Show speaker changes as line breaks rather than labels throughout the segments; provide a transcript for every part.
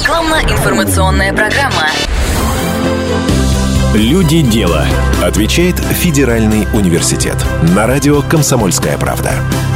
Рекламно-информационная программа.
«Люди дела», отвечает Федеральный университет. На радио «Комсомольская правда».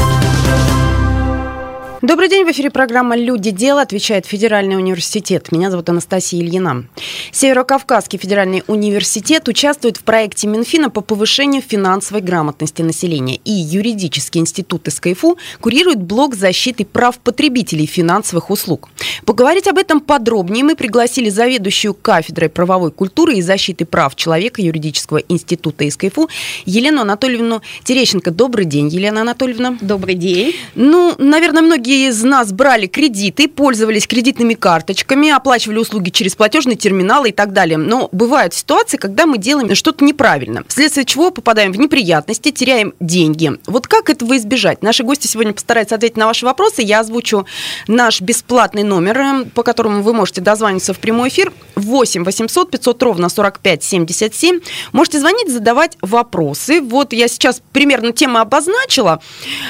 Добрый день, в эфире программа «Люди дела», отвечает Федеральный университет. Меня зовут Анастасия Ильина. Северо-Кавказский федеральный университет участвует в проекте Минфина по повышению финансовой грамотности населения. И юридический институт СКФУ курирует блок защиты прав потребителей финансовых услуг. Поговорить об этом подробнее мы пригласили заведующую кафедрой правовой культуры и защиты прав человека юридического института СКФУ Елену Анатольевну Терещенко. Добрый день, Елена Анатольевна.
Добрый день.
Наверное, многие из нас брали кредиты, пользовались кредитными карточками, оплачивали услуги через платежные терминалы и так далее. Но бывают ситуации, когда мы делаем что-то неправильно, вследствие чего попадаем в неприятности, теряем деньги. Вот как этого избежать? Наши гости сегодня постараются ответить на ваши вопросы. Я озвучу наш бесплатный номер, по которому вы можете дозвониться в прямой эфир. 8 800 500 ровно 45 77. Можете звонить, задавать вопросы. Вот я сейчас примерно тему обозначила.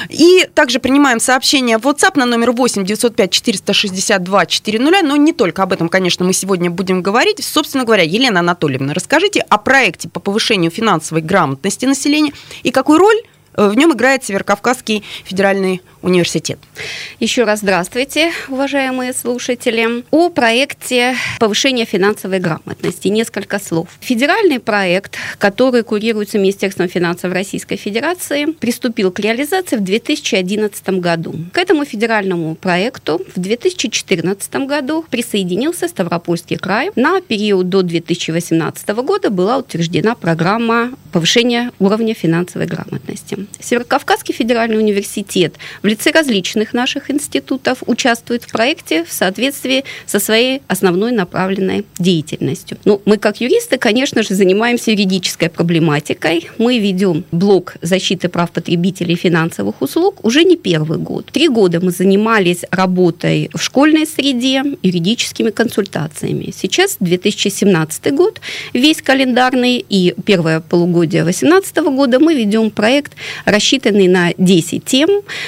И также принимаем сообщения в WhatsApp на номер 8 905 462 400. Но не только об этом, конечно, мы сегодня будем говорить. Собственно говоря, Елена Анатольевна, расскажите о проекте по повышению финансовой грамотности населения и какую роль в нем играет Северо-Кавказский федеральный университет.
Еще раз здравствуйте, уважаемые слушатели. О проекте повышения финансовой грамотности. Несколько слов. Федеральный проект, который курируется Министерством финансов Российской Федерации, приступил к реализации в 2011 году. К этому федеральному проекту в 2014 году присоединился Ставропольский край. На период до 2018 года была утверждена программа повышения уровня финансовой грамотности. Северо-Кавказский федеральный университет в лице различных наших институтов участвует в проекте в соответствии со своей основной направленной деятельностью. Мы, как юристы, конечно же, занимаемся юридической проблематикой. Мы ведем блок защиты прав потребителей финансовых услуг уже не первый год. 3 года мы занимались работой в школьной среде, юридическими консультациями. Сейчас 2017 год, весь календарный, и первое полугодие 2018 года мы ведем проект, рассчитанный на 10 тем.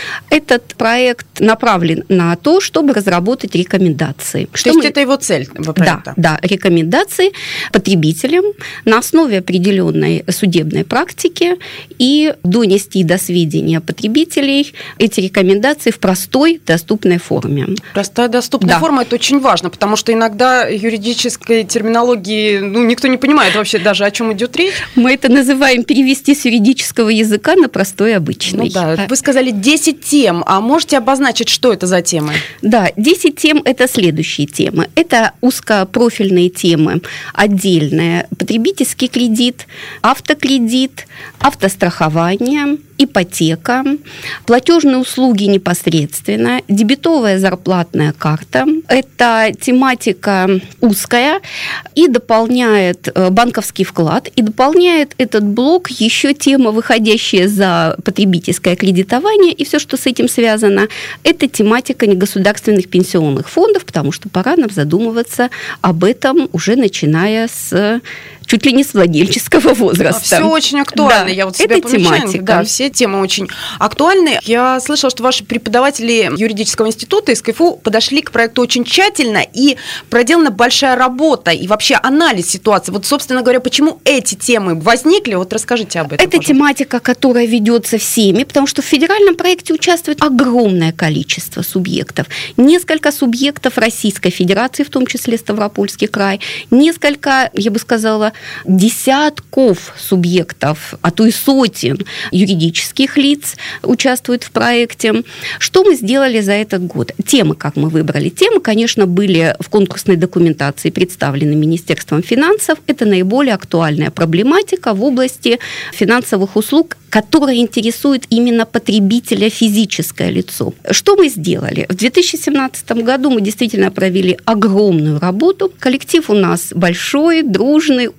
Этот проект направлен на то, чтобы разработать рекомендации.
То есть это его цель проекта?
Да, рекомендации потребителям на основе определенной судебной практики и донести до сведения потребителей эти рекомендации в простой, доступной форме.
Простая, доступная форма – это очень важно, потому что иногда юридической терминологии никто не понимает вообще даже, о чем идет речь.
Мы это называем перевести с юридического языка на простой, обычный.
Вы сказали 10 тем, а можете обозначить, что это за темы?
Да, 10 тем – это следующие темы. Это узкопрофильные темы, отдельные: потребительский кредит, автокредит, автострахование, ипотека, платежные услуги непосредственно, дебетовая зарплатная карта. Это тематика узкая и дополняет банковский вклад, и дополняет этот блок еще тема, выходящая за потребительское кредитование и все, что с этим связано. Это тематика негосударственных пенсионных фондов, потому что пора нам задумываться об этом уже начиная с чуть ли не с владельческого возраста.
Все очень актуально.
Да,
я вот себя
это
помечаю.
тематика.
Да, все темы очень актуальны. Я слышала, что ваши преподаватели юридического института СКФУ подошли к проекту очень тщательно, и проделана большая работа, и вообще анализ ситуации. Вот, собственно говоря, почему эти темы возникли? Вот расскажите об этом,
Это
пожалуйста.
тематика, которая ведется всеми, потому что в федеральном проекте участвует огромное количество субъектов. Несколько субъектов Российской Федерации, в том числе Ставропольский край, несколько, я бы сказала, десятков субъектов, а то и сотен юридических лиц участвуют в проекте. Что мы сделали за этот год? Темы, как мы выбрали? Темы, конечно, были в конкурсной документации представлены Министерством финансов. Это наиболее актуальная проблематика в области финансовых услуг, которая интересует именно потребителя, физическое лицо. Что мы сделали? В 2017 году мы действительно провели огромную работу. Коллектив у нас большой, дружный,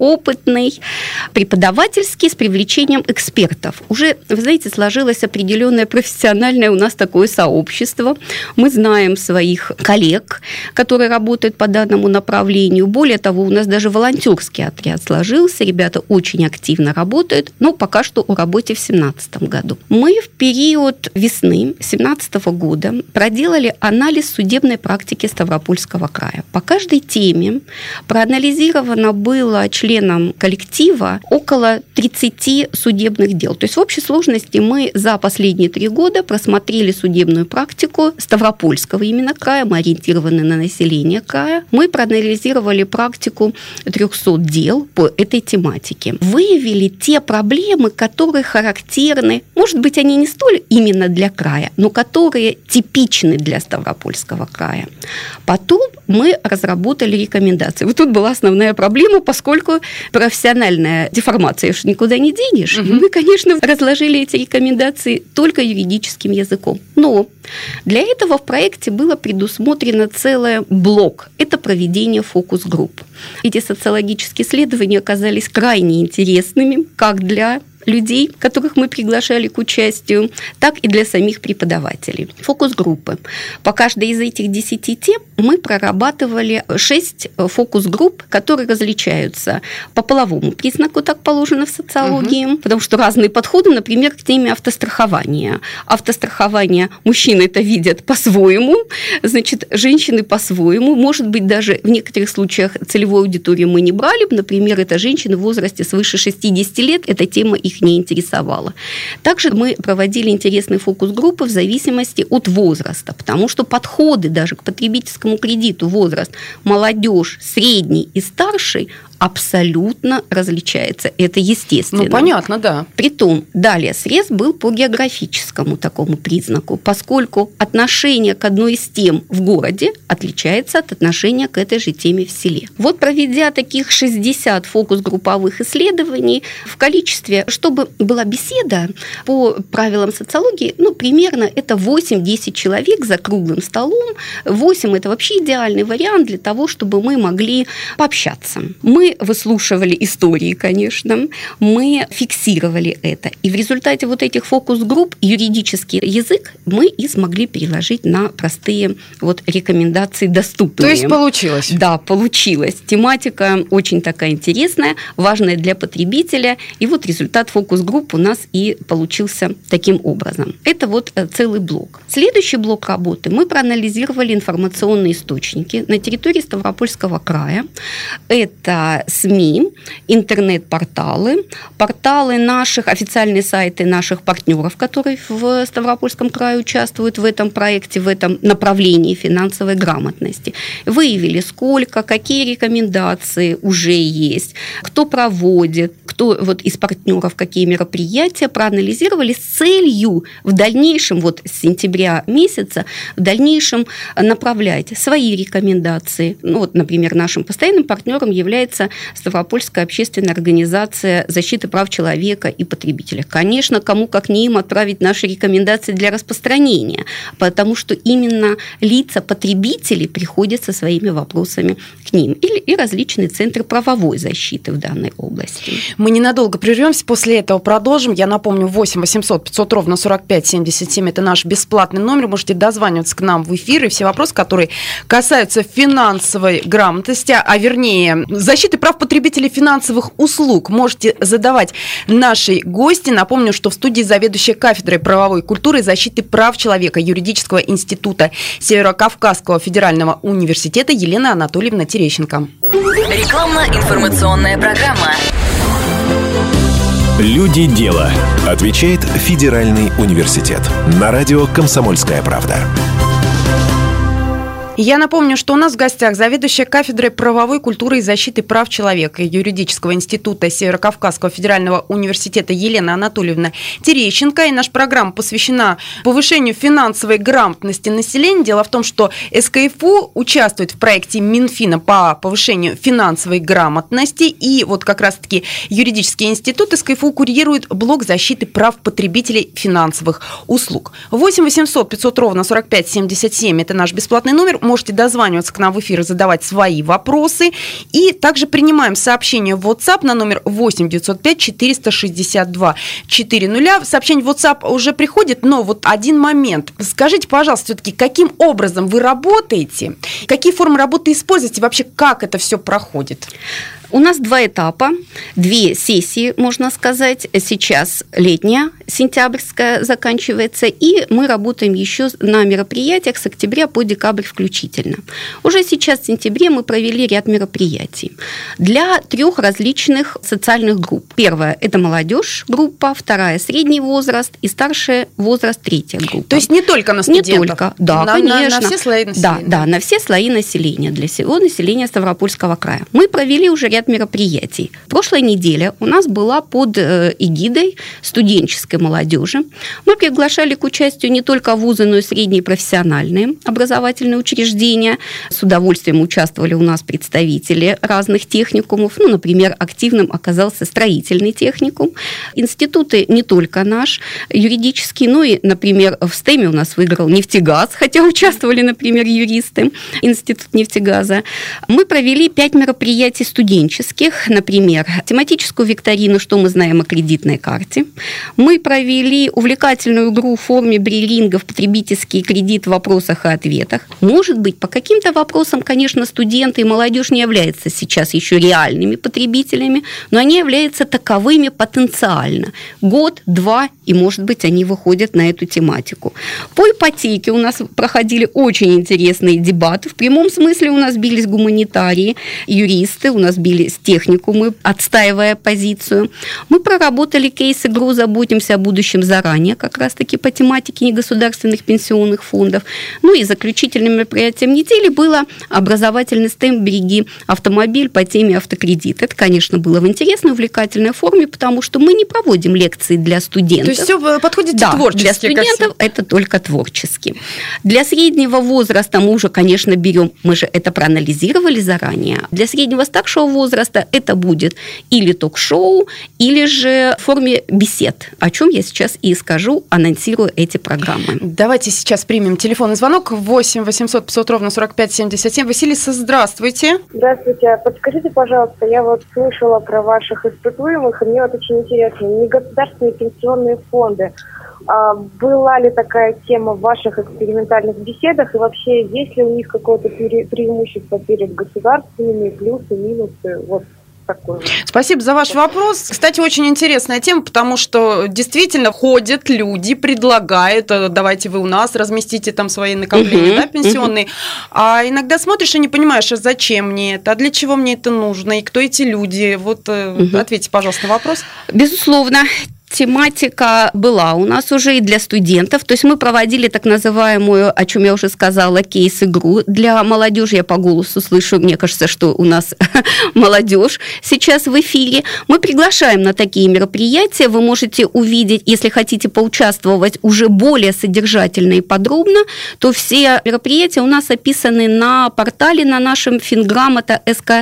опытный, преподавательский, с привлечением экспертов. Уже, вы знаете, сложилось определенное профессиональное у нас такое сообщество. Мы знаем своих коллег, которые работают по данному направлению. Более того, у нас даже волонтерский отряд сложился. Ребята очень активно работают, но пока что о работе в 2017 году. Мы в период весны 2017 года проделали анализ судебной практики Ставропольского края. По каждой теме проанализировано было членам коллектива около 30 судебных дел. То есть в общей сложности мы за последние 3 года просмотрели судебную практику Ставропольского именно края, мы ориентированы на население края. Мы проанализировали практику 300 дел по этой тематике. Выявили те проблемы, которые характерны, может быть, они не столь именно для края, но которые типичны для Ставропольского края. Потом мы разработали рекомендации. Вот тут была основная проблема, поскольку профессиональная деформация уж никуда не денешь. И мы, конечно, разложили эти рекомендации только юридическим языком. Но для этого в проекте было предусмотрено целый блок. Это проведение фокус-групп. Эти социологические исследования оказались крайне интересными как для людей, которых мы приглашали к участию, так и для самих преподавателей. Фокус-группы. По каждой из этих 10 тем мы прорабатывали 6 фокус-групп, которые различаются по половому признаку, так положено в социологии, потому что разные подходы, например, к теме автострахования. Автострахование мужчины это видят по-своему, значит, женщины по-своему. Может быть, даже в некоторых случаях целевую аудиторию мы не брали, например, это женщины в возрасте свыше 60 лет, эта тема их не интересовала. Также мы проводили интересные фокус-группы в зависимости от возраста, потому что подходы даже к потребительскому кредиту, возраст, молодежь, средний и старший абсолютно различается. Это естественно.
Ну, понятно, да.
Притом, далее срез был по географическому такому признаку, поскольку отношение к одной из тем в городе отличается от отношения к этой же теме в селе. Вот проведя таких 60 фокус-групповых исследований в количестве, чтобы была беседа по правилам социологии, примерно это 8-10 человек за круглым столом. 8 – это вообще идеальный вариант для того, чтобы мы могли пообщаться. Мы выслушивали истории, конечно, мы фиксировали это. И в результате вот этих фокус-групп юридический язык мы и смогли переложить на простые рекомендации доступные.
То есть получилось?
Да, получилось. Тематика очень такая интересная, важная для потребителя. И вот результат фокус-групп у нас и получился таким образом. Это целый блок. Следующий блок работы мы проанализировали информационные источники на территории Ставропольского края. Это СМИ, интернет-порталы, порталы наших, официальные сайты наших партнеров, которые в Ставропольском крае участвуют в этом проекте, в этом направлении финансовой грамотности. Выявили, какие рекомендации уже есть, кто проводит, кто из партнеров какие мероприятия, проанализировали с целью в дальнейшем, с сентября месяца, в дальнейшем направлять свои рекомендации. Например, нашим постоянным партнером является Ставропольская общественная организация защиты прав человека и потребителя. Конечно, кому как не им отправить наши рекомендации для распространения, потому что именно лица потребителей приходят со своими вопросами к ним. И различные центры правовой защиты в данной области.
Мы ненадолго прервемся, после этого продолжим. Я напомню, 8 800 500 ровно 45 77 – это наш бесплатный номер. Можете дозваниваться к нам в эфир, и все вопросы, которые касаются финансовой грамотности, а вернее защиты прав потребителей финансовых услуг, можете задавать нашей гости. Напомню, что в студии заведующая кафедрой правовой культуры и защиты прав человека Юридического института Северо-Кавказского федерального университета Елена Анатольевна Терещенко.
Рекламно-информационная программа.
«Люди – дело», отвечает Федеральный университет. На радио «Комсомольская правда».
Я напомню, что у нас в гостях заведующая кафедрой правовой культуры и защиты прав человека Юридического института Северо-Кавказского федерального университета Елена Анатольевна Терещенко. И наша программа посвящена повышению финансовой грамотности населения. Дело в том, что СКФУ участвует в проекте Минфина по повышению финансовой грамотности. И как раз-таки Юридический институт СКФУ курирует блок защиты прав потребителей финансовых услуг. 8 800 500 ровно 45 77 – это наш бесплатный номер. можете дозваниваться к нам в эфир и задавать свои вопросы. И также принимаем сообщения в WhatsApp на номер 8 905 462 400. Сообщение в WhatsApp уже приходит, но вот один момент. Скажите, пожалуйста, все-таки, каким образом вы работаете? Какие формы работы используете? Вообще, как это все проходит?
У нас 2 этапа, 2 сессии, можно сказать. Сейчас летняя, сентябрьская заканчивается, и мы работаем еще на мероприятиях с октября по декабрь включительно. Уже сейчас в сентябре мы провели ряд мероприятий для 3 различных социальных групп. Первая – это молодежь группа, вторая – средний возраст и старший возраст, 3-я группа.
То есть не только на студентов?
Не только, да, конечно.
На все слои населения?
Да, на все слои населения, для всего населения Ставропольского края. Мы провели уже ряд мероприятий. Прошлая неделя у нас была под эгидой студенческой молодежи. Мы приглашали к участию не только вузы, но и средние профессиональные образовательные учреждения. С удовольствием участвовали у нас представители разных техникумов. Например, активным оказался строительный техникум. Институты не только наш, юридический, но и, например, в СТЭМе у нас выиграл нефтегаз, хотя участвовали, например, юристы, Институт нефтегаза. Мы провели 5 мероприятий студенческих. Например, тематическую викторину «Что мы знаем о кредитной карте». Мы провели увлекательную игру в форме бриллингов «Потребительский кредит в вопросах и ответах». Может быть, по каким-то вопросам, конечно, студенты и молодежь не являются сейчас еще реальными потребителями, но они являются таковыми потенциально. Год, 2, и, может быть, они выходят на эту тематику. По ипотеке у нас проходили очень интересные дебаты. В прямом смысле у нас бились гуманитарии, юристы, у нас бились техникумы, отстаивая позицию. Мы проработали кейс-игру «Заботимся о будущем заранее», как раз-таки по тематике негосударственных пенсионных фондов. И заключительным мероприятием недели было образовательный стенд «Береги автомобиль» по теме автокредит. Это, конечно, было в интересной, увлекательной форме, потому что мы не проводим лекции для студентов.
То есть все подходит творчески?
Для студентов это только творчески. Для среднего возраста мы уже, конечно, берем, мы же это проанализировали заранее. Для среднего старшего возраста это будет или ток-шоу, или же в форме бесед, о чем я сейчас и скажу, анонсирую эти программы.
Давайте сейчас примем телефонный звонок 8 800 500 ровно 45 77. Василиса, здравствуйте.
Здравствуйте. Подскажите, пожалуйста, я слышала про ваших испытуемых, и мне очень интересно, негосударственные пенсионные фонды. Была ли такая тема в ваших экспериментальных беседах, и вообще есть ли у них какое-то преимущество перед государственными, плюсы, минусы, такое?
Спасибо за ваш вопрос. Кстати, очень интересная тема, потому что действительно ходят люди, предлагают, давайте вы у нас разместите там свои накопления, пенсионные. А иногда смотришь и не понимаешь, а зачем мне это, а для чего мне это нужно, и кто эти люди. Ответьте, пожалуйста, на вопрос.
Безусловно. Тематика была у нас уже и для студентов, то есть мы проводили так называемую, о чем я уже сказала, кейс-игру для молодежи. Я по голосу слышу, мне кажется, что у нас молодежь сейчас в эфире. Мы приглашаем на такие мероприятия, вы можете увидеть, если хотите поучаствовать уже более содержательно и подробно, то все мероприятия у нас описаны на портале, на нашем Финграмота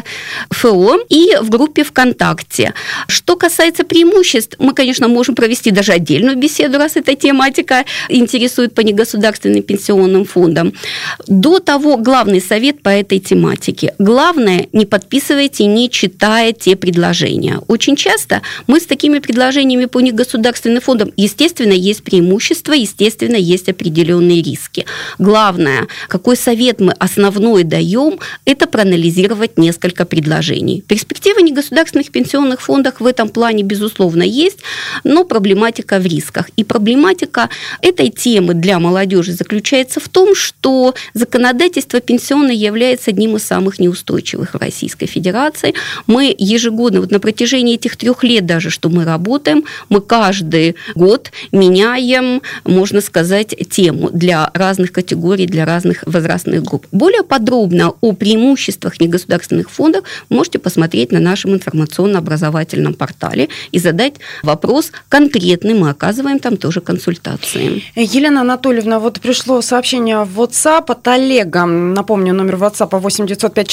СКФО и в группе ВКонтакте. Что касается преимуществ, мы, конечно, можем провести даже отдельную беседу, раз эта тематика интересует по негосударственным пенсионным фондам. До того, главный совет по этой тематике. Главное, не подписывайте, не читая те предложения. Очень часто мы с такими предложениями по негосударственным фондам, естественно, есть преимущества, естественно, есть определенные риски. Главное, какой совет мы основной даем, это проанализировать несколько предложений. Перспективы негосударственных пенсионных фондов в этом плане, безусловно, есть, но проблематика в рисках. И проблематика этой темы для молодежи заключается в том, что законодательство пенсионное является одним из самых неустойчивых в Российской Федерации. Мы ежегодно, на протяжении этих 3 лет даже, что мы работаем, мы каждый год меняем, можно сказать, тему для разных категорий, для разных возрастных групп. Более подробно о преимуществах негосударственных фондов можете посмотреть на нашем информационно-образовательном портале и задать вопрос конкретный, мы оказываем там тоже консультации.
Елена Анатольевна, вот пришло сообщение в WhatsApp от Олега. Напомню, номер WhatsApp 8 905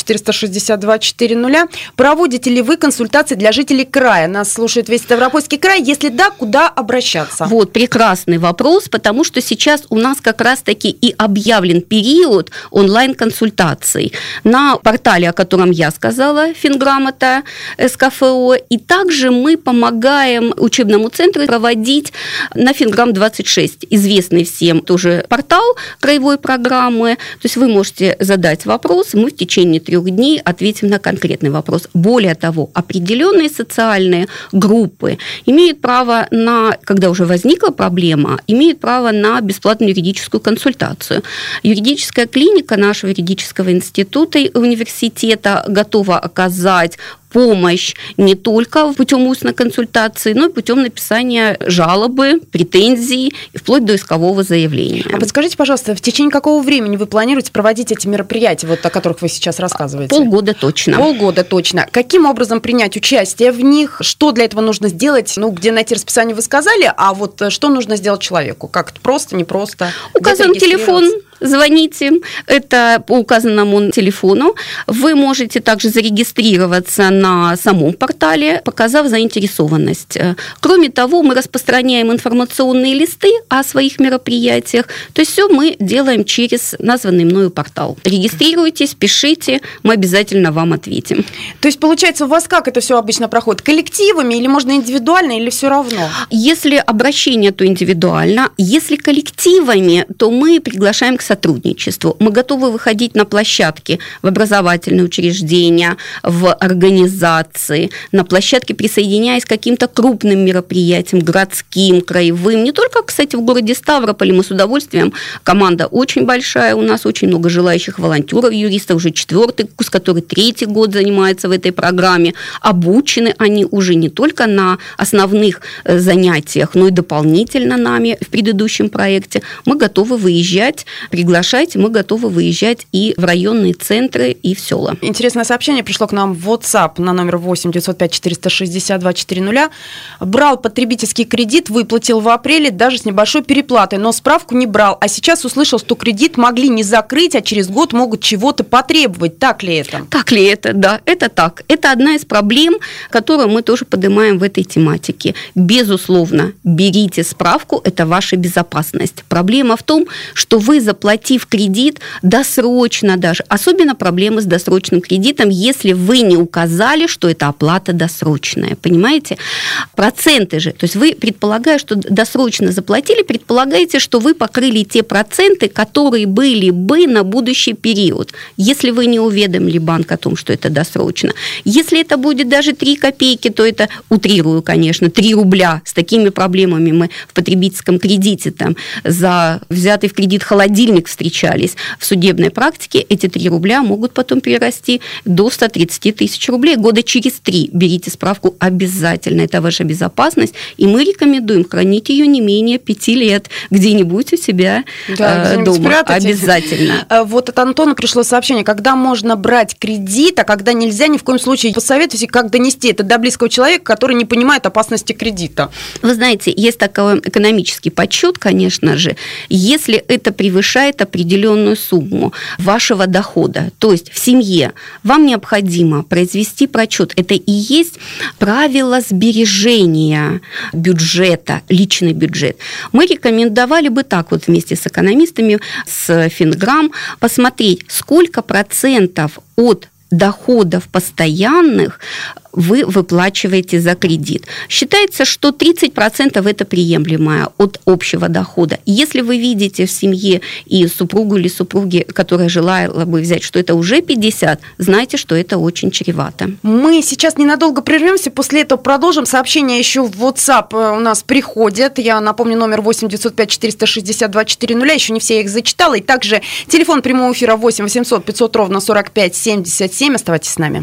462 400. Проводите ли вы консультации для жителей края? Нас слушает весь Ставропольский край. Если да, куда обращаться?
Вот, прекрасный вопрос, потому что сейчас у нас как раз-таки и объявлен период онлайн-консультаций на портале, о котором я сказала, Финграмота, СКФО, и также мы помогаем учебному центру проводить на Финграм-26, известный всем тоже портал краевой программы. То есть вы можете задать вопрос, мы в течение 3 дней ответим на конкретный вопрос. Более того, определенные социальные группы имеют право на, когда уже возникла проблема, имеют право на бесплатную юридическую консультацию. Юридическая клиника нашего юридического института и университета готова оказать помощь не только путем устной консультации, но и путем написания жалобы, претензий, вплоть до искового заявления.
А подскажите, пожалуйста, в течение какого времени вы планируете проводить эти мероприятия, вот о которых вы сейчас рассказываете?
Полгода точно.
Полгода точно. Каким образом принять участие в них? Что для этого нужно сделать? Ну, где найти расписание, вы сказали, а вот что нужно сделать человеку? Как это просто, непросто?
Указан телефон. Звоните, это по указанному телефону. Вы можете также зарегистрироваться на самом портале, показав заинтересованность. Кроме того, мы распространяем информационные листы о своих мероприятиях. То есть все мы делаем через названный мною портал. Регистрируйтесь, пишите, мы обязательно вам ответим.
То есть, получается, у вас как это все обычно проходит? Коллективами или можно индивидуально, или все равно?
Если обращение, то индивидуально. Если коллективами, то мы приглашаем к сотрудничеству. Мы готовы выходить на площадки в образовательные учреждения, в организации, на площадке, присоединяясь к каким-то крупным мероприятиям, городским, краевым. Не только, кстати, в городе Ставрополе мы с удовольствием. Команда очень большая, у нас очень много желающих волонтеров, юристов, уже 4-й курс, который 3-й год занимается в этой программе. Обучены они уже не только на основных занятиях, но и дополнительно нами в предыдущем проекте. Мы готовы выезжать, приглашайте, мы готовы выезжать и в районные центры, и в села.
Интересное сообщение пришло к нам в WhatsApp на номер 8 905 462 400. Брал потребительский кредит, выплатил в апреле даже с небольшой переплатой, но справку не брал. А сейчас услышал, что кредит могли не закрыть, а через год могут чего-то потребовать. Так ли это?
Так ли это? Да, это так. Это одна из проблем, которую мы тоже поднимаем в этой тематике. Безусловно, берите справку, это ваша безопасность. Проблема в том, что вы заплатив кредит досрочно даже, особенно проблемы с досрочным кредитом, если вы не указали, что это оплата досрочная, понимаете? Проценты же, то есть вы, предполагая, что досрочно заплатили, предполагаете, что вы покрыли те проценты, которые были бы на будущий период, если вы не уведомили банк о том, что это досрочно. Если это будет даже 3 копейки, то это, утрирую, конечно, 3 рубля. С такими проблемами мы в потребительском кредите там за взятый в кредит холодильник встречались. В судебной практике эти 3 рубля могут потом перерасти до 130 тысяч рублей. Года через 3 берите справку обязательно. Это ваша безопасность. И мы рекомендуем хранить ее не менее 5 лет где-нибудь у себя дома. Спрятать. Обязательно.
Вот от Антона пришло сообщение, когда можно брать кредит, а когда нельзя, ни в коем случае. Посоветуйте, как донести это до близкого человека, который не понимает опасности кредита.
Вы знаете, есть такой экономический подсчет, конечно же, если это превышает определенную сумму вашего дохода, то есть в семье, вам необходимо произвести прочет. Это и есть правило сбережения бюджета, личный бюджет. Мы рекомендовали бы так вот вместе с экономистами, с Финграм, посмотреть, сколько процентов от доходов постоянных вы выплачиваете за кредит. Считается, что 30% это приемлемое от общего дохода. Если вы видите в семье и супругу или супруги, которая желала бы взять, что это уже 50, знайте, что это очень чревато.
Мы сейчас ненадолго прервемся, после этого продолжим. Сообщения еще в WhatsApp у нас приходят. Я напомню, номер 8 905 462 400. Еще не все я их зачитала. И также телефон прямого эфира 8 800 500 ровно 45 77. Оставайтесь с нами.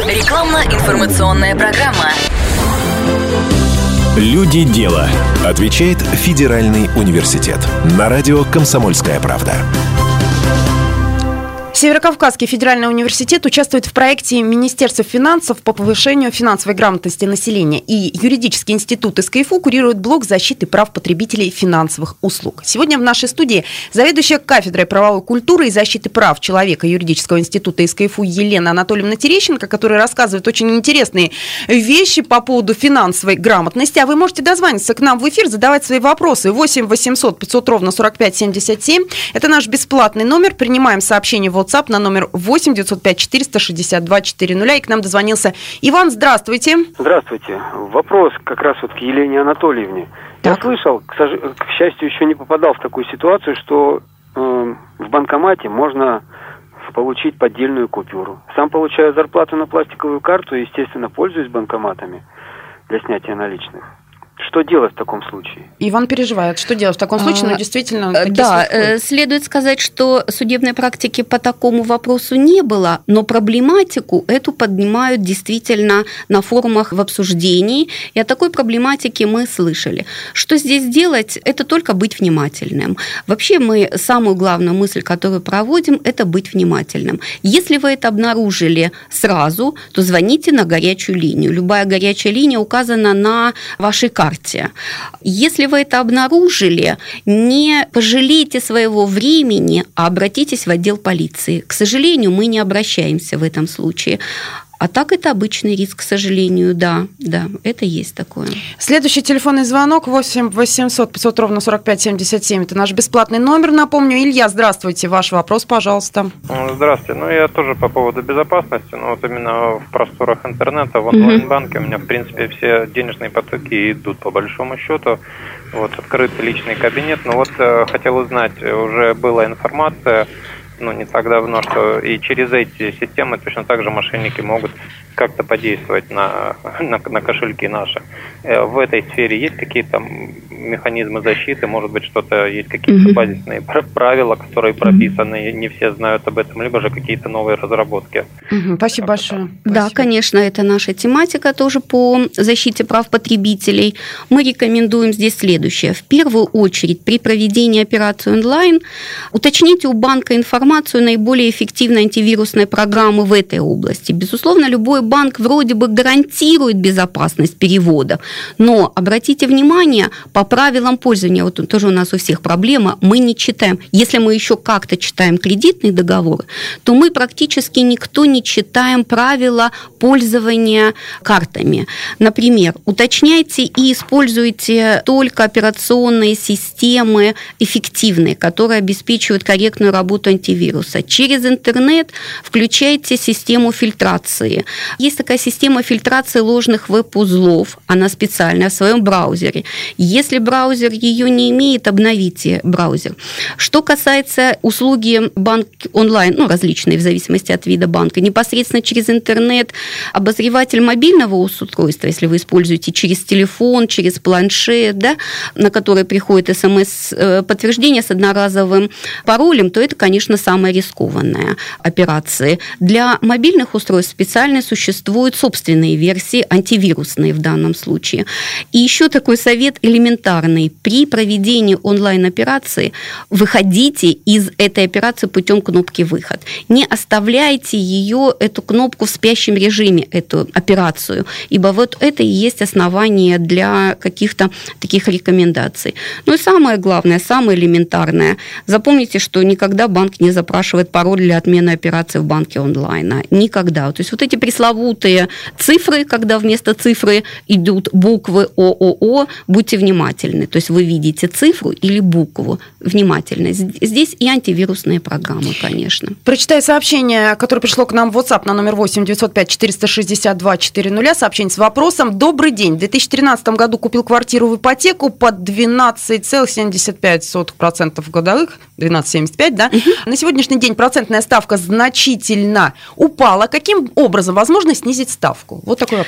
Рекламно-информационная программа.
Люди дела. Отвечает Федеральный университет. На радио «Комсомольская правда».
Северокавказский федеральный университет участвует в проекте Министерства финансов по повышению финансовой грамотности населения, и юридический институт СКФУ курирует блок защиты прав потребителей финансовых услуг. Сегодня в нашей студии заведующая кафедрой правовой культуры и защиты прав человека юридического института СКФУ Елена Анатольевна Терещенко, которая рассказывает очень интересные вещи по поводу финансовой грамотности. А вы можете дозвониться к нам в эфир, задавать свои вопросы. 8 800 500 ровно 45 77. Это наш бесплатный номер. Принимаем сообщение в WhatsApp на номер 8 905 462 400. И к нам дозвонился Иван. Здравствуйте.
Здравствуйте. Вопрос как раз вот к Елене Анатольевне.
Так.
Я слышал, к счастью, еще не попадал в такую ситуацию, что в банкомате можно получить поддельную купюру. Сам получаю зарплату на пластиковую карту и, естественно, пользуюсь банкоматами для снятия наличных. Что делать в таком случае?
Иван переживает, что делать в таком случае, но действительно...
Да, следует сказать, что судебной практики по такому вопросу не было, но проблематику эту поднимают действительно на форумах в обсуждении, и о такой проблематике мы слышали. Что здесь делать? Это только быть внимательным. Вообще мы самую главную мысль, которую проводим, это быть внимательным. Если вы это обнаружили сразу, то звоните на горячую линию. Любая горячая линия указана на вашей карте. Если вы это обнаружили, не пожалейте своего времени, а обратитесь в отдел полиции. К сожалению, мы не обращаемся в этом случае. А так это обычный риск, к сожалению, да, это есть такое.
Следующий телефонный звонок 8 800 500 ровно 45 77. Это наш бесплатный номер, напомню. Илья, здравствуйте, ваш вопрос, пожалуйста.
Здравствуйте. Я тоже по поводу безопасности, но вот именно в просторах интернета, в онлайн-банке у меня, в принципе, все денежные потоки идут по большому счету. Вот, открытый личный кабинет. Но вот хотел узнать, уже была информация, не так давно, что и через эти системы точно так же мошенники могут как-то подействовать на кошельки наши. В этой сфере есть какие-то механизмы защиты, может быть, что-то есть какие-то базисные правила, которые прописаны, не все знают об этом, либо же какие-то новые разработки.
Спасибо большое.
Да, конечно, это наша тематика тоже по защите прав потребителей. Мы рекомендуем здесь следующее. В первую очередь, при проведении операции онлайн уточните у банка информацию наиболее эффективной антивирусной программы в этой области. Безусловно, любой банк вроде бы гарантирует безопасность перевода, но обратите внимание, по правилам пользования, вот тоже у нас у всех проблема, мы не читаем. Если мы еще как-то читаем кредитные договоры, то мы практически никто не читаем правила пользования картами. Например, уточняйте и используйте только операционные системы эффективные, которые обеспечивают корректную работу антивируса. Через интернет включайте систему фильтрации. Есть такая система фильтрации ложных веб-узлов, она специальная в своем браузере. Если браузер ее не имеет, обновите браузер. Что касается услуги банк онлайн, различные в зависимости от вида банка, непосредственно через интернет, обозреватель мобильного устройства, если вы используете через телефон, через планшет, на который приходит СМС-подтверждение с одноразовым паролем, то это, конечно, самая рискованная операция. Для мобильных устройств специально существуют собственные версии, антивирусные в данном случае. И еще такой совет элементарный. При проведении онлайн-операции выходите из этой операции путем кнопки «Выход». Не оставляйте эту кнопку в спящем режиме, эту операцию, ибо вот это и есть основание для каких-то таких рекомендаций. И самое главное, самое элементарное. Запомните, что никогда банк не запрашивает пароль для отмены операции в банке онлайн. Никогда. То есть вот эти пресловутые цифры, когда вместо цифры идут буквы ООО, будьте внимательны. То есть вы видите цифру или букву. Внимательно. Здесь и антивирусные программы, конечно.
Прочитаю сообщение, которое пришло к нам в WhatsApp на номер 8 905 462 400. Сообщение с вопросом. Добрый день. В 2013 году купил квартиру в ипотеку под 12,75% годовых. 12,75, да? На сегодняшний день процентная ставка значительно упала. Каким образом возможно снизить ставку? Вот такой вопрос.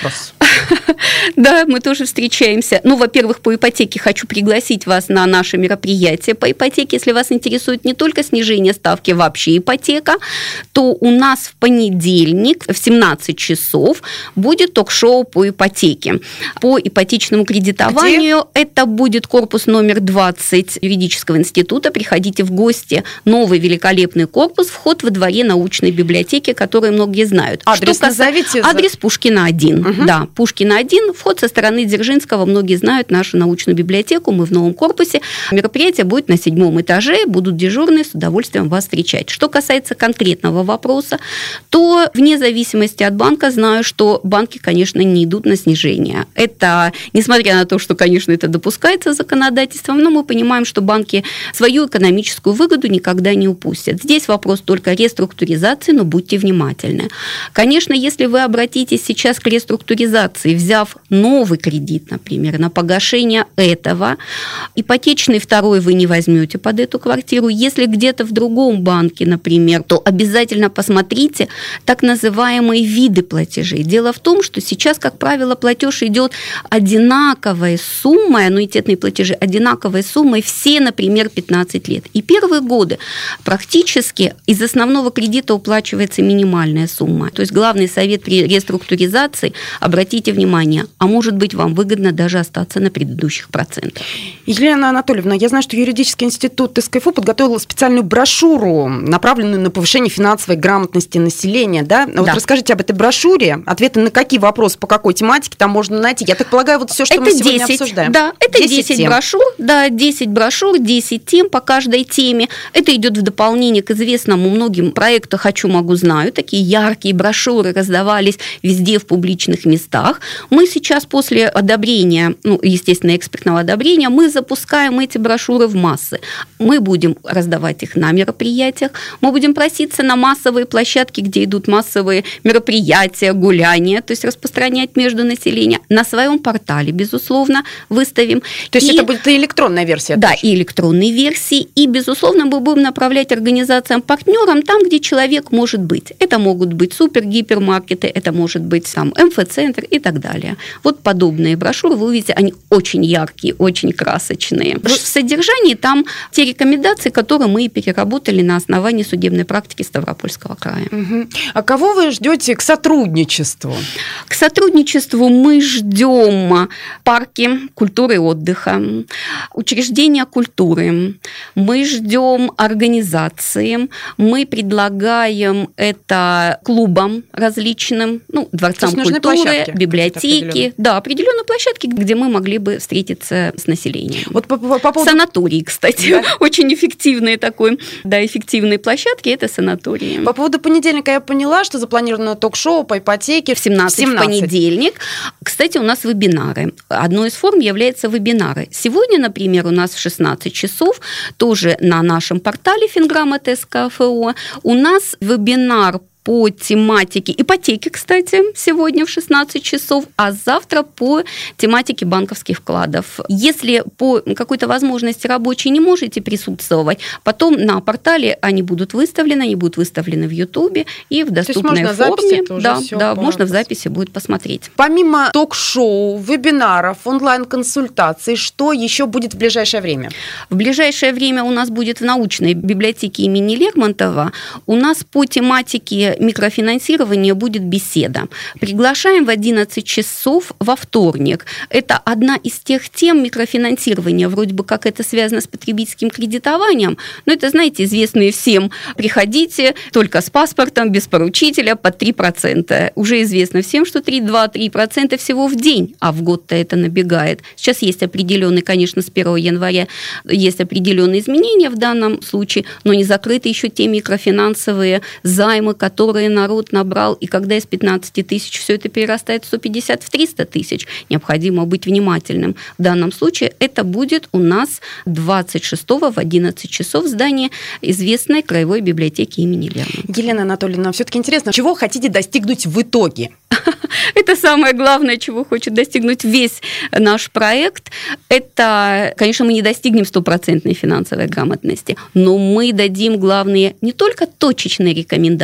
Да, мы тоже встречаемся. Ну, во-первых, по ипотеке хочу пригласить вас на наше мероприятие по ипотеке. Если вас интересует не только снижение ставки, вообще ипотека, то у нас в понедельник в 17 часов будет ток-шоу по ипотеке. По ипотечному кредитованию. Где? Это будет корпус номер 20 юридического института. Приходите в гости. Новый великолепный корпус. Вход во дворе научной библиотеки, которые многие знают.
Адрес назовите.
Адрес Пушкина 1. Угу. Да, Пушкина 1. Вход со стороны Дзержинского. Многие знают нашу научную библиотеку. Мы в новом корпусе. Мероприятие будет на 7 этаже. Будут дежурные, с удовольствием вас встречать. Что касается конкретного вопроса, то вне зависимости от банка знаю, что банки, конечно, не идут на снижение. Это, несмотря на то, что, конечно, это допускается законодательством, но мы понимаем, что банки свою экономическую выгоду никогда не упустят. Здесь вопрос только реструктуризации, но будьте внимательны. Конечно, если вы обратитесь сейчас к реструктуризации, взяв новый кредит, например, на погашение этого, ипотечный второй вы не возьмете под эту квартиру. Если где-то в другом банке, например, то обязательно посмотрите так называемые виды платежей. Дело в том, что сейчас, как правило, платеж идет одинаковой суммой, аннуитетные платежи одинаковой суммой все, например, 15 лет. И первые годы практически из основного кредита уплачивается минимальная сумма. То есть главный совет при реструктуризации, обратите внимание, а может быть, вам выгодно даже остаться на предыдущих процентах.
Елена Анатольевна, я знаю, что юридический институт СКФУ подготовил специальную брошюру, направленную на повышение финансовой грамотности населения. Да? Вот расскажите об этой брошюре, ответы на какие вопросы, по какой тематике там можно найти. Я так полагаю, вот все, что это мы сегодня
10,
обсуждаем.
Да, это 10 брошюр, да, 10 брошюр, 10 тем по каждой теме. Это идет в дополнение к известному многим проекту «Хочу, могу, знаю». Такие яркие брошюры раздавались везде в публичных местах. Мы сейчас после одобрения, естественно, экспертного одобрения, мы запускаем эти брошюры в массы. Мы будем раздавать их на мероприятиях, мы будем проситься на массовые площадки, где идут массовые мероприятия, гуляния, то есть распространять между населением. На своем портале, безусловно, выставим.
То есть это будет и электронная версия?
Да, и электронные версии. И, безусловно, мы будем направлять организациям-партнерам там, где человек может быть. Это могут быть супер-гипермаркеты, это может быть сам МФЦ-центр и так далее. Вот подобные брошюры, вы увидите, они очень яркие, очень красочные. В содержании там те рекомендации, которые мы переработали на основании судебной практики Ставропольского края.
Угу. А кого вы ждете к сотрудничеству?
К сотрудничеству мы ждем парки культуры и отдыха, учреждения культуры, мы ждем организации, мы предлагаем это клубам различным, дворцам культуры, библиотеки, определенные площадки, где мы могли бы встретиться с населением.
Вот по поводу...
Санатории, кстати, да? Очень эффективные эффективные площадки, это санатории.
По поводу понедельника я поняла, что запланировано ток-шоу по ипотеке
в 17 в понедельник. Кстати, у нас вебинары. Одной из форм является вебинары. Сегодня, например, у нас в 16 часов, тоже на нашем портале Финграмота СКФУ, у нас вебинар по тематике ипотеки, кстати, сегодня в 16 часов, а завтра по тематике банковских вкладов. Если по какой-то возможности рабочей не можете присутствовать, потом на портале они будут выставлены в Ютубе и в доступной форме. Можно в записи будет посмотреть.
Помимо ток-шоу, вебинаров, онлайн-консультаций, что еще будет в ближайшее время?
В ближайшее время у нас будет в научной библиотеке имени Лермонтова. У нас по тематике микрофинансирования будет беседа. Приглашаем в 11 часов во вторник. Это одна из тех тем микрофинансирования, вроде бы как это связано с потребительским кредитованием, но это, знаете, известные всем. Приходите только с паспортом, без поручителя, под 3%. Уже известно всем, что 2-3% всего в день, а в год-то это набегает. Сейчас есть определенные, конечно, с 1 января есть определенные изменения в данном случае, но не закрыты еще те микрофинансовые займы, которые народ набрал, и когда из 15 тысяч все это перерастает в 150, в 300 тысяч, необходимо быть внимательным. В данном случае это будет у нас 26-го в 11 часов в здании известной краевой библиотеки имени Лермонтова.
Елена Анатольевна, все-таки интересно, чего хотите достигнуть в итоге?
Это самое главное, чего хочет достигнуть весь наш проект. Это, конечно, мы не достигнем 100% финансовой грамотности, но мы дадим главные не только точечные рекомендации,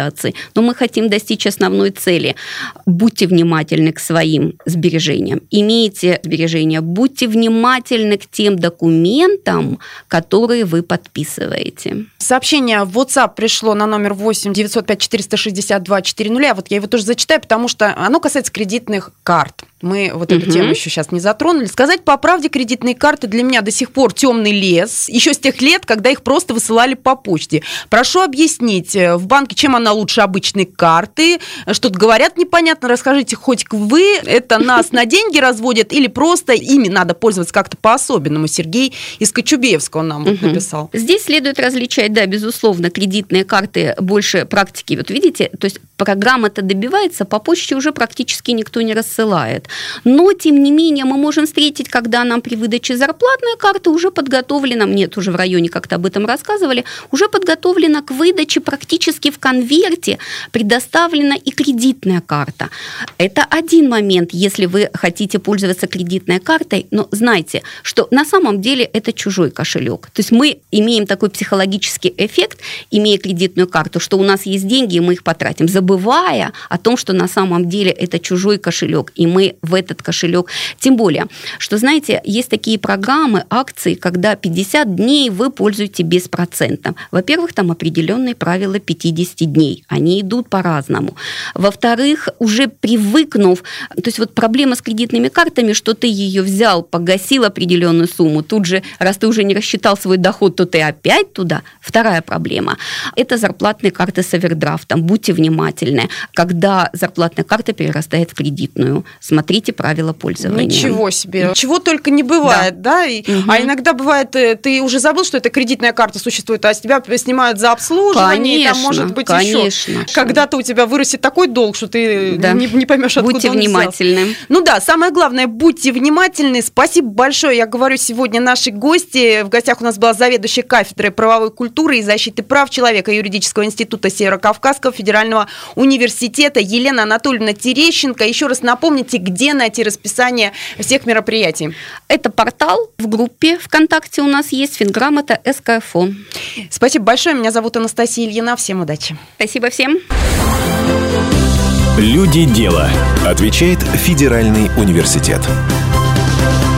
но мы хотим достичь основной цели. Будьте внимательны к своим сбережениям, имейте сбережения, будьте внимательны к тем документам, которые вы подписываете.
Сообщение в WhatsApp пришло на номер 8 905 462 400. Вот я его тоже зачитаю, потому что оно касается кредитных карт. Мы вот эту тему еще сейчас не затронули. Сказать по правде, кредитные карты для меня до сих пор темный лес. Еще с тех лет, когда их просто высылали по почте. Прошу объяснить в банке, чем она лучше обычной карты. Что-то говорят непонятно. Расскажите хоть вы, это нас на деньги разводят или просто ими надо пользоваться как-то по-особенному? Сергей из Кочубеевского нам написал.
Здесь следует различать, да, безусловно, кредитные карты больше практики. Вот видите, то есть программа-то добивается, по почте уже практически никто не рассылает. Но, тем не менее, мы можем встретить, когда нам при выдаче зарплатной карты уже подготовлена, мне тоже в районе как-то об этом рассказывали, уже подготовлена к выдаче практически в конверте предоставлена и кредитная карта. Это один момент, если вы хотите пользоваться кредитной картой, но знайте, что на самом деле это чужой кошелек. То есть мы имеем такой психологический эффект, имея кредитную карту, что у нас есть деньги, и мы их потратим, забывая о том, что на самом деле это чужой кошелек, и мы в этот кошелек. Тем более, что, знаете, есть такие программы, акции, когда 50 дней вы пользуетесь без процентов. Во-первых, там определенные правила 50 дней. Они идут по-разному. Во-вторых, уже привыкнув, то есть вот проблема с кредитными картами, что ты ее взял, погасил определенную сумму, тут же, раз ты уже не рассчитал свой доход, то ты опять туда. Вторая проблема – это зарплатные карты с овердрафтом. Будьте внимательны, когда зарплатная карта перерастает в кредитную. Смотрите правила пользования.
Ничего себе. Чего только не бывает, да? А иногда бывает, ты уже забыл, что эта кредитная карта существует, а с тебя снимают за обслуживание,
конечно,
и там может быть еще. Когда-то у тебя вырастет такой долг, что ты не поймешь, откуда
будьте
он
внимательны.
взялся. Ну да, самое главное, будьте внимательны. Спасибо большое. Я говорю сегодня нашей гости. В гостях у нас была заведующая кафедрой правовой культуры и защиты прав человека Юридического института Северо-Кавказского федерального университета Елена Анатольевна Терещенко. Еще раз напомните, где найти расписание всех мероприятий.
Это портал в группе ВКонтакте у нас есть «Финграмота СКФО».
Спасибо большое. Меня зовут Анастасия Ильина. Всем удачи.
Спасибо всем.
Люди дела. Отвечает Федеральный университет.